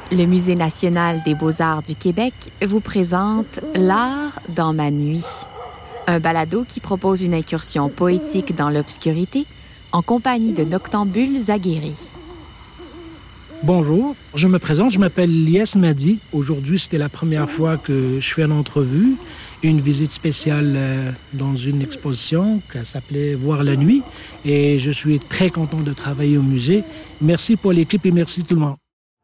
Le Musée national des beaux-arts du Québec vous présente L'art dans ma nuit, un balado qui propose une incursion poétique dans l'obscurité en compagnie de noctambules aguerris. Bonjour, je me présente, je m'appelle Lies Madi. Aujourd'hui, c'était la première fois que je fais une entrevue, une visite spéciale dans une exposition qui s'appelait Voir la nuit. Et je suis très content de travailler au musée. Merci pour l'équipe et merci tout le monde.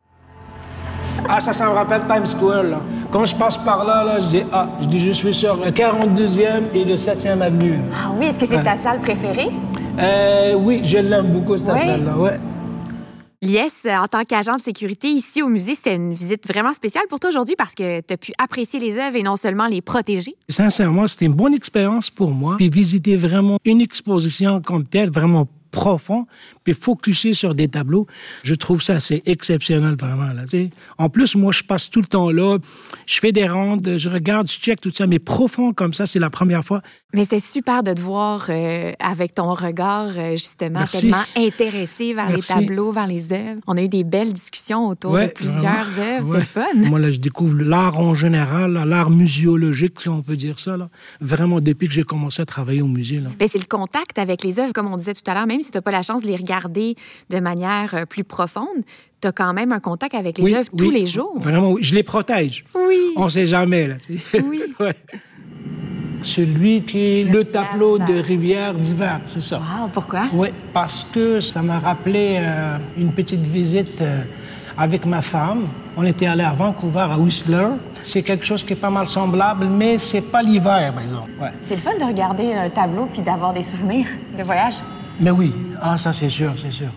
Ah, ça me rappelle Times Square, là. Quand je passe par là, je suis sur le 42e et le 7e avenue. Ah oui, est-ce que c'est ta salle préférée? Oui, je l'aime beaucoup, cette salle-là, ouais. Lies, en tant qu'agent de sécurité ici au musée, c'était une visite vraiment spéciale pour toi aujourd'hui parce que tu as pu apprécier les œuvres et non seulement les protéger. Sincèrement, c'était une bonne expérience pour moi. Puis visiter vraiment une exposition comme telle, vraiment profond, puis focusser sur des tableaux. Je trouve ça assez exceptionnel, vraiment. Là, t'sais. En plus, moi, je passe tout le temps là. Je fais des rondes, je regarde, je check tout ça, mais profond comme ça, c'est la première fois. Mais c'était super de te voir avec ton regard, justement, Merci. tellement intéressé vers Merci. les tableaux, vers les œuvres. On a eu des belles discussions autour de plusieurs œuvres. Ouais. C'est fun. Moi, là, je découvre l'art en général, là, l'art muséologique, si on peut dire ça. Là. Vraiment, depuis que j'ai commencé à travailler au musée. Là. Bien, c'est le contact avec les œuvres, comme on disait tout à l'heure, même si tu n'as pas la chance de les regarder de manière plus profonde, tu as quand même un contact avec les œuvres tous les jours. Vraiment, oui. Je les protège. Oui. On ne sait jamais. Là, oui. Ouais. Celui qui est le tableau de Rivière d'hiver, c'est ça. Wow, pourquoi? Oui, parce que ça m'a rappelé une petite visite avec ma femme. On était allé à Vancouver, à Whistler. C'est quelque chose qui est pas mal semblable, mais c'est pas l'hiver, par exemple. Ouais. C'est le fun de regarder un tableau puis d'avoir des souvenirs de voyage. Mais oui, ça c'est sûr, ouais, c'est sûr.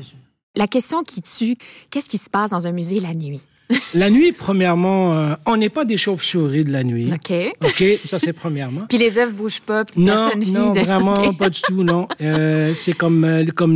La question qui tue, qu'est-ce qui se passe dans un musée la nuit? La nuit, premièrement, on n'est pas des chauves-souris de la nuit. OK, ça c'est premièrement. Puis les œuvres bougent pas, puis personne vit. Non, vraiment pas du tout, non. C'est comme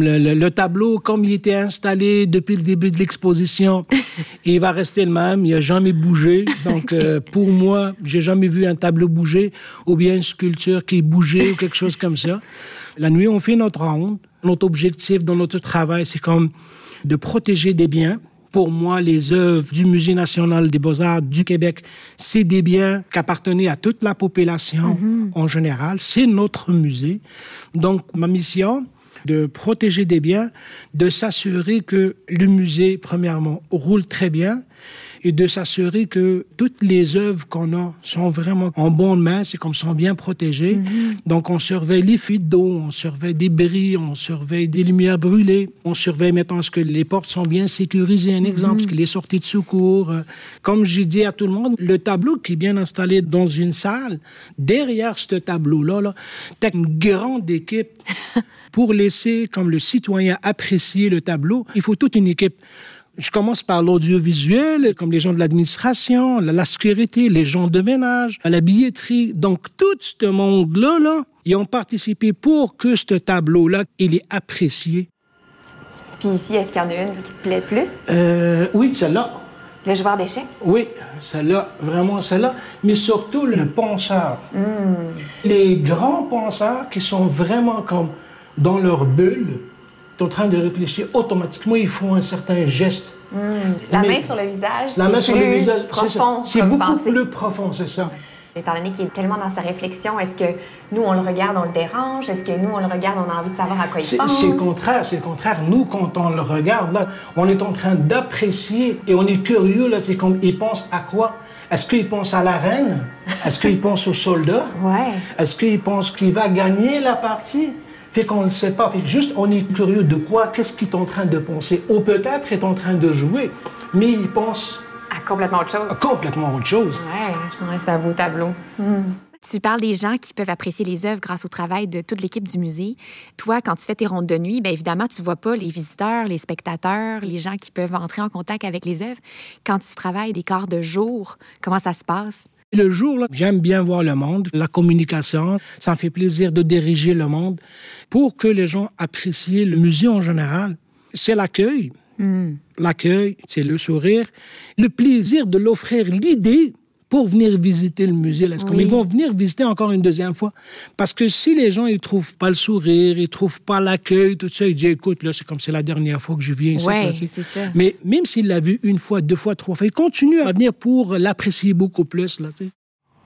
le tableau, comme il était installé depuis le début de l'exposition, il va rester le même, il n'a jamais bougé. Donc, pour moi, j'ai jamais vu un tableau bouger, ou bien une sculpture qui bougeait, ou quelque chose comme ça. La nuit, on fait notre ronde. Notre objectif dans notre travail, c'est comme de protéger des biens. Pour moi, les œuvres du Musée national des beaux-arts du Québec, c'est des biens qui appartenaient à toute la population en général. C'est notre musée. Donc, ma mission, de protéger des biens, de s'assurer que le musée, premièrement, roule très bien et de s'assurer que toutes les œuvres qu'on a sont vraiment en bonne main, c'est comme sont bien protégées. Donc, on surveille les fuites d'eau, on surveille des bris, on surveille des lumières brûlées, on surveille maintenant ce que les portes sont bien sécurisées, un exemple, ce que les sorties de secours. Comme j'ai dit à tout le monde, le tableau qui est bien installé dans une salle, derrière ce tableau-là, t'as une grande équipe pour laisser, comme le citoyen, apprécier le tableau. Il faut toute une équipe. Je commence par l'audiovisuel, comme les gens de l'administration, la sécurité, les gens de ménage, la billetterie. Donc, tout ce monde-là, ils ont participé pour que ce tableau-là, il est apprécié. Puis ici, est-ce qu'il y en a une qui te plaît plus? Oui, celle-là. Le joueur d'échecs? Oui, celle-là, vraiment celle-là. Mais surtout, le penseur. Les grands penseurs qui sont vraiment comme dans leur bulle, en train de réfléchir automatiquement, ils font un certain geste. La main sur le visage, c'est profond. C'est beaucoup plus profond, c'est ça. Étant donné qu'il est tellement dans sa réflexion, est-ce que nous, on le regarde, on le dérange? Est-ce que nous, on le regarde, on a envie de savoir à quoi il pense? C'est le contraire. Nous, quand on le regarde, là, on est en train d'apprécier et on est curieux. Là, c'est comme, il pense à quoi? Est-ce qu'il pense à la reine? Est-ce qu'il pense aux soldats? Ouais. Est-ce qu'il pense qu'il va gagner la partie? Fait qu'on ne le sait pas. Fait que juste, on est curieux de quoi, qu'est-ce qu'il est en train de penser. Ou peut-être il est en train de jouer, mais il pense... À complètement autre chose. Complètement autre chose. Ouais, c'est un beau tableau. Tu parles des gens qui peuvent apprécier les œuvres grâce au travail de toute l'équipe du musée. Toi, quand tu fais tes rondes de nuit, bien évidemment, tu vois pas les visiteurs, les spectateurs, les gens qui peuvent entrer en contact avec les œuvres. Quand tu travailles des quarts de jour, comment ça se passe? Le jour, là, j'aime bien voir le monde, la communication. Ça me fait plaisir de diriger le monde pour que les gens apprécient le musée en général. C'est l'accueil. L'accueil, c'est le sourire. Le plaisir de l'offrir l'idée pour venir visiter le musée. Là. Comme ils vont venir visiter encore une deuxième fois. Parce que si les gens, ils trouvent pas le sourire, ils trouvent pas l'accueil, tout ça, ils disent, écoute, là, c'est comme c'est la dernière fois que je viens ici. Oui, c'est ça. Mais même s'il l'a vu une fois, deux fois, trois fois, il continue à venir pour l'apprécier beaucoup plus, là, tu sais.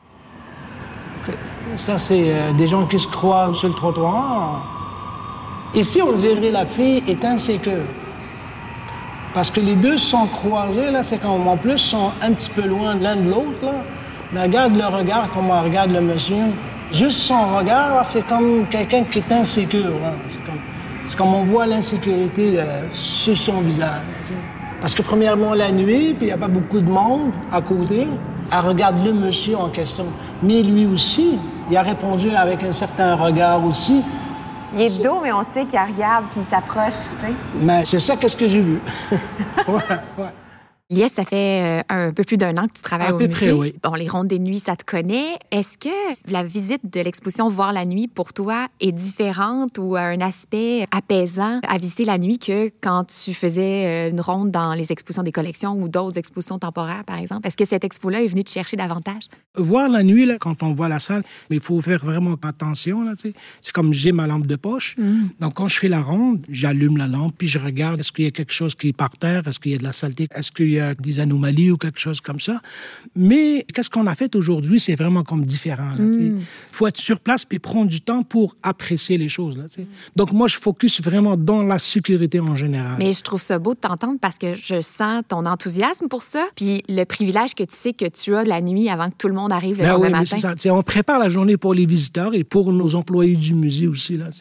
Ça, c'est des gens qui se croisent sur le trottoir. Ici, on dirait la fille est insécure. Parce que les deux sont croisés, là, c'est comme en plus sont un petit peu loin l'un de l'autre, là. Mais regarde le regard, comment on regarde le monsieur. Juste son regard, là, c'est comme quelqu'un qui est insécure, là. C'est comme on voit l'insécurité sur son visage. T'sais. Parce que premièrement, la nuit, puis il n'y a pas beaucoup de monde à côté. Elle regarde le monsieur en question. Mais lui aussi, il a répondu avec un certain regard aussi. Il est dos, mais on sait qu'il regarde puis il s'approche, tu sais. Mais c'est ça, qu'est-ce que j'ai vu. ouais. Lies, ça fait un peu plus d'1 an que tu travailles au musée. À peu près, oui. Bon, les rondes des nuits, ça te connaît. Est-ce que la visite de l'exposition Voir la nuit, pour toi, est différente ou a un aspect apaisant à visiter la nuit que quand tu faisais une ronde dans les expositions des collections ou d'autres expositions temporaires, par exemple? Est-ce que cette expo-là est venue te chercher davantage? Voir la nuit, là, quand on voit la salle, il faut faire vraiment attention. Là, c'est comme j'ai ma lampe de poche. Donc, quand je fais la ronde, j'allume la lampe puis je regarde est-ce qu'il y a quelque chose qui est par terre, est-ce qu'il y a de la saleté, est-ce qu'il y a des anomalies ou quelque chose comme ça. Mais qu'est-ce qu'on a fait aujourd'hui, c'est vraiment comme différent. Il faut être sur place puis prendre du temps pour apprécier les choses. Là, donc, moi, je focus vraiment dans la sécurité en général. Mais je trouve ça beau de t'entendre parce que je sens ton enthousiasme pour ça puis le privilège que tu sais que tu as la nuit avant que tout le monde arrive le lendemain matin. C'est ça. On prépare la journée pour les visiteurs et pour nos employés du musée aussi. Là,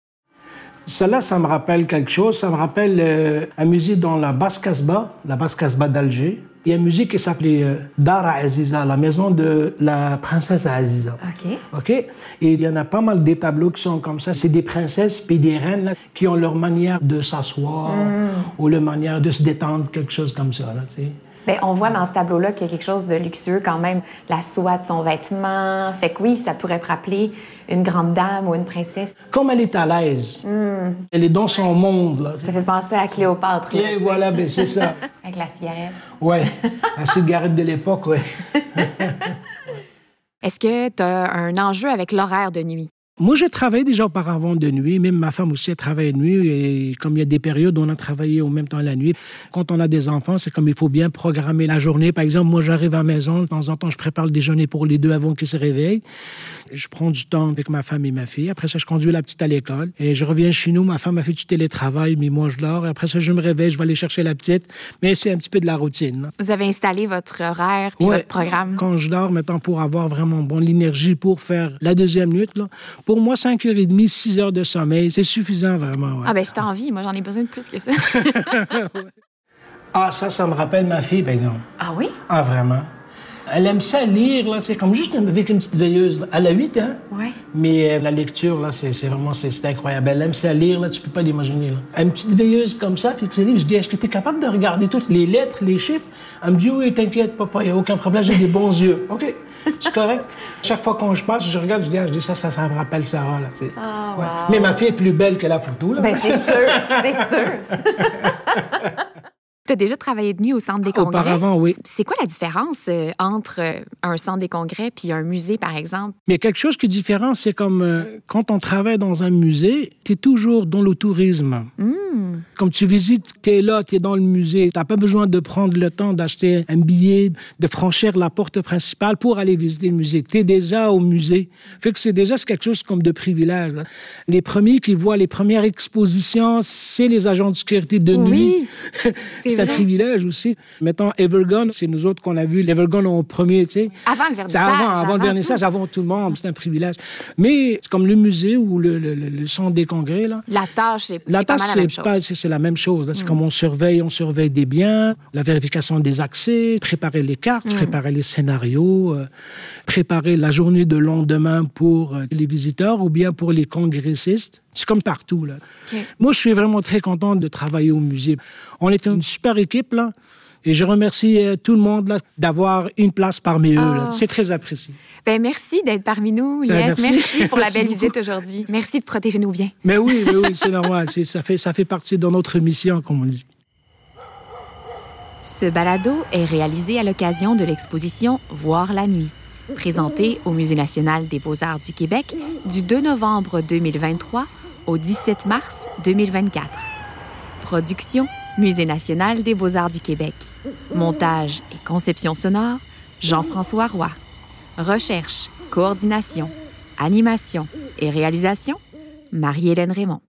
celle-là, ça me rappelle quelque chose. Ça me rappelle un musée dans la Basse-Casbah d'Alger. Il y a un musée qui s'appelait Dara Aziza, la maison de la princesse Aziza. OK? Et il y en a pas mal des tableaux qui sont comme ça. C'est des princesses puis des reines là, qui ont leur manière de s'asseoir ou leur manière de se détendre, quelque chose comme ça. Là, Bien, on voit dans ce tableau-là qu'il y a quelque chose de luxueux quand même. La soie de son vêtement. Fait que oui, ça pourrait rappeler une grande dame ou une princesse. Comme elle est à l'aise. Elle est dans son monde. Là, ça fait penser à Cléopâtre. Et voilà, ben, c'est ça. Avec la cigarette. Oui, la cigarette de l'époque, oui. Est-ce que tu as un enjeu avec l'horaire de nuit? Moi, j'ai travaillé déjà auparavant de nuit. Même ma femme aussi a travaillé de nuit. Et comme il y a des périodes où on a travaillé en même temps la nuit, quand on a des enfants, c'est comme il faut bien programmer la journée. Par exemple, moi, j'arrive à la maison. De temps en temps, je prépare le déjeuner pour les deux avant qu'ils se réveillent. Je prends du temps avec ma femme et ma fille. Après ça, je conduis la petite à l'école. Et je reviens chez nous. Ma femme a fait du télétravail, mais moi, je dors. Et après ça, je me réveille. Je vais aller chercher la petite. Mais c'est un petit peu de la routine. Là. Vous avez installé votre horaire et votre programme? Quand je dors, maintenant, pour avoir vraiment l'énergie pour faire la deuxième nuit, là, pour moi, 5h30, 6 heures de sommeil, c'est suffisant, vraiment. Ouais. Ah ben, je t'envie. Moi, j'en ai besoin de plus que ça. Ah, ça me rappelle ma fille, par exemple. Ah oui? Ah, vraiment. Elle aime ça lire, là. C'est comme juste avec une petite veilleuse. Là. Elle a 8 ans. Oui. Mais la lecture, là, c'est vraiment c'est incroyable. Elle aime ça lire, là. Tu peux pas l'imaginer, là. Une petite veilleuse comme ça, puis tu lis, je dis, est-ce que tu es capable de regarder toutes les lettres, les chiffres? Elle me dit, oui, t'inquiète, papa, il n'y a aucun problème, j'ai des bons yeux. OK. C'est correct. Chaque fois qu'on je passe, je regarde, je dis ça me rappelle Sarah, là, tu sais. Ah, ouais. Wow. Mais ma fille est plus belle que la photo, là. Ben, c'est sûr. Tu as déjà travaillé de nuit au Centre des congrès? Auparavant, oui. C'est quoi la différence entre un centre des congrès puis un musée, par exemple? Mais quelque chose qui est différent, c'est comme quand on travaille dans un musée, tu es toujours dans le tourisme. Comme tu visites, tu es là, tu es dans le musée. Tu n'as pas besoin de prendre le temps d'acheter un billet, de franchir la porte principale pour aller visiter le musée. Tu es déjà au musée. Fait que c'est quelque chose comme de privilège. Là. Les premiers qui voient les premières expositions, c'est les agents de sécurité de nuit. C'est un privilège aussi. Mettons, Evergone, c'est nous autres qu'on a vu l'Evergone en premier, tu sais. Avant le vernissage. Avant le vernissage, avant tout le monde, c'est un privilège. Mais c'est comme le musée ou le centre des congrès, là. La tâche, c'est pas mal la même chose. C'est la même chose. Là. C'est comme on surveille des biens, la vérification des accès, préparer les cartes, préparer les scénarios, préparer la journée de lendemain pour les visiteurs ou bien pour les congressistes. C'est comme partout, là. Okay. Moi, je suis vraiment très content de travailler au musée. On est une super équipe, là. Et je remercie tout le monde là, d'avoir une place parmi eux. Là. C'est très apprécié. Ben, merci d'être parmi nous, Lies. Merci pour la belle visite aujourd'hui. Merci de protéger nos biens. Mais oui, c'est normal. Ça fait partie de notre mission, comme on dit. Ce balado est réalisé à l'occasion de l'exposition Voir la nuit, présentée au Musée national des beaux-arts du Québec du 2 novembre 2023 au 17 mars 2024. Production Musée national des beaux-arts du Québec. Montage et conception sonore, Jean-François Roy. Recherche, coordination, animation et réalisation, Marie-Hélène Raymond.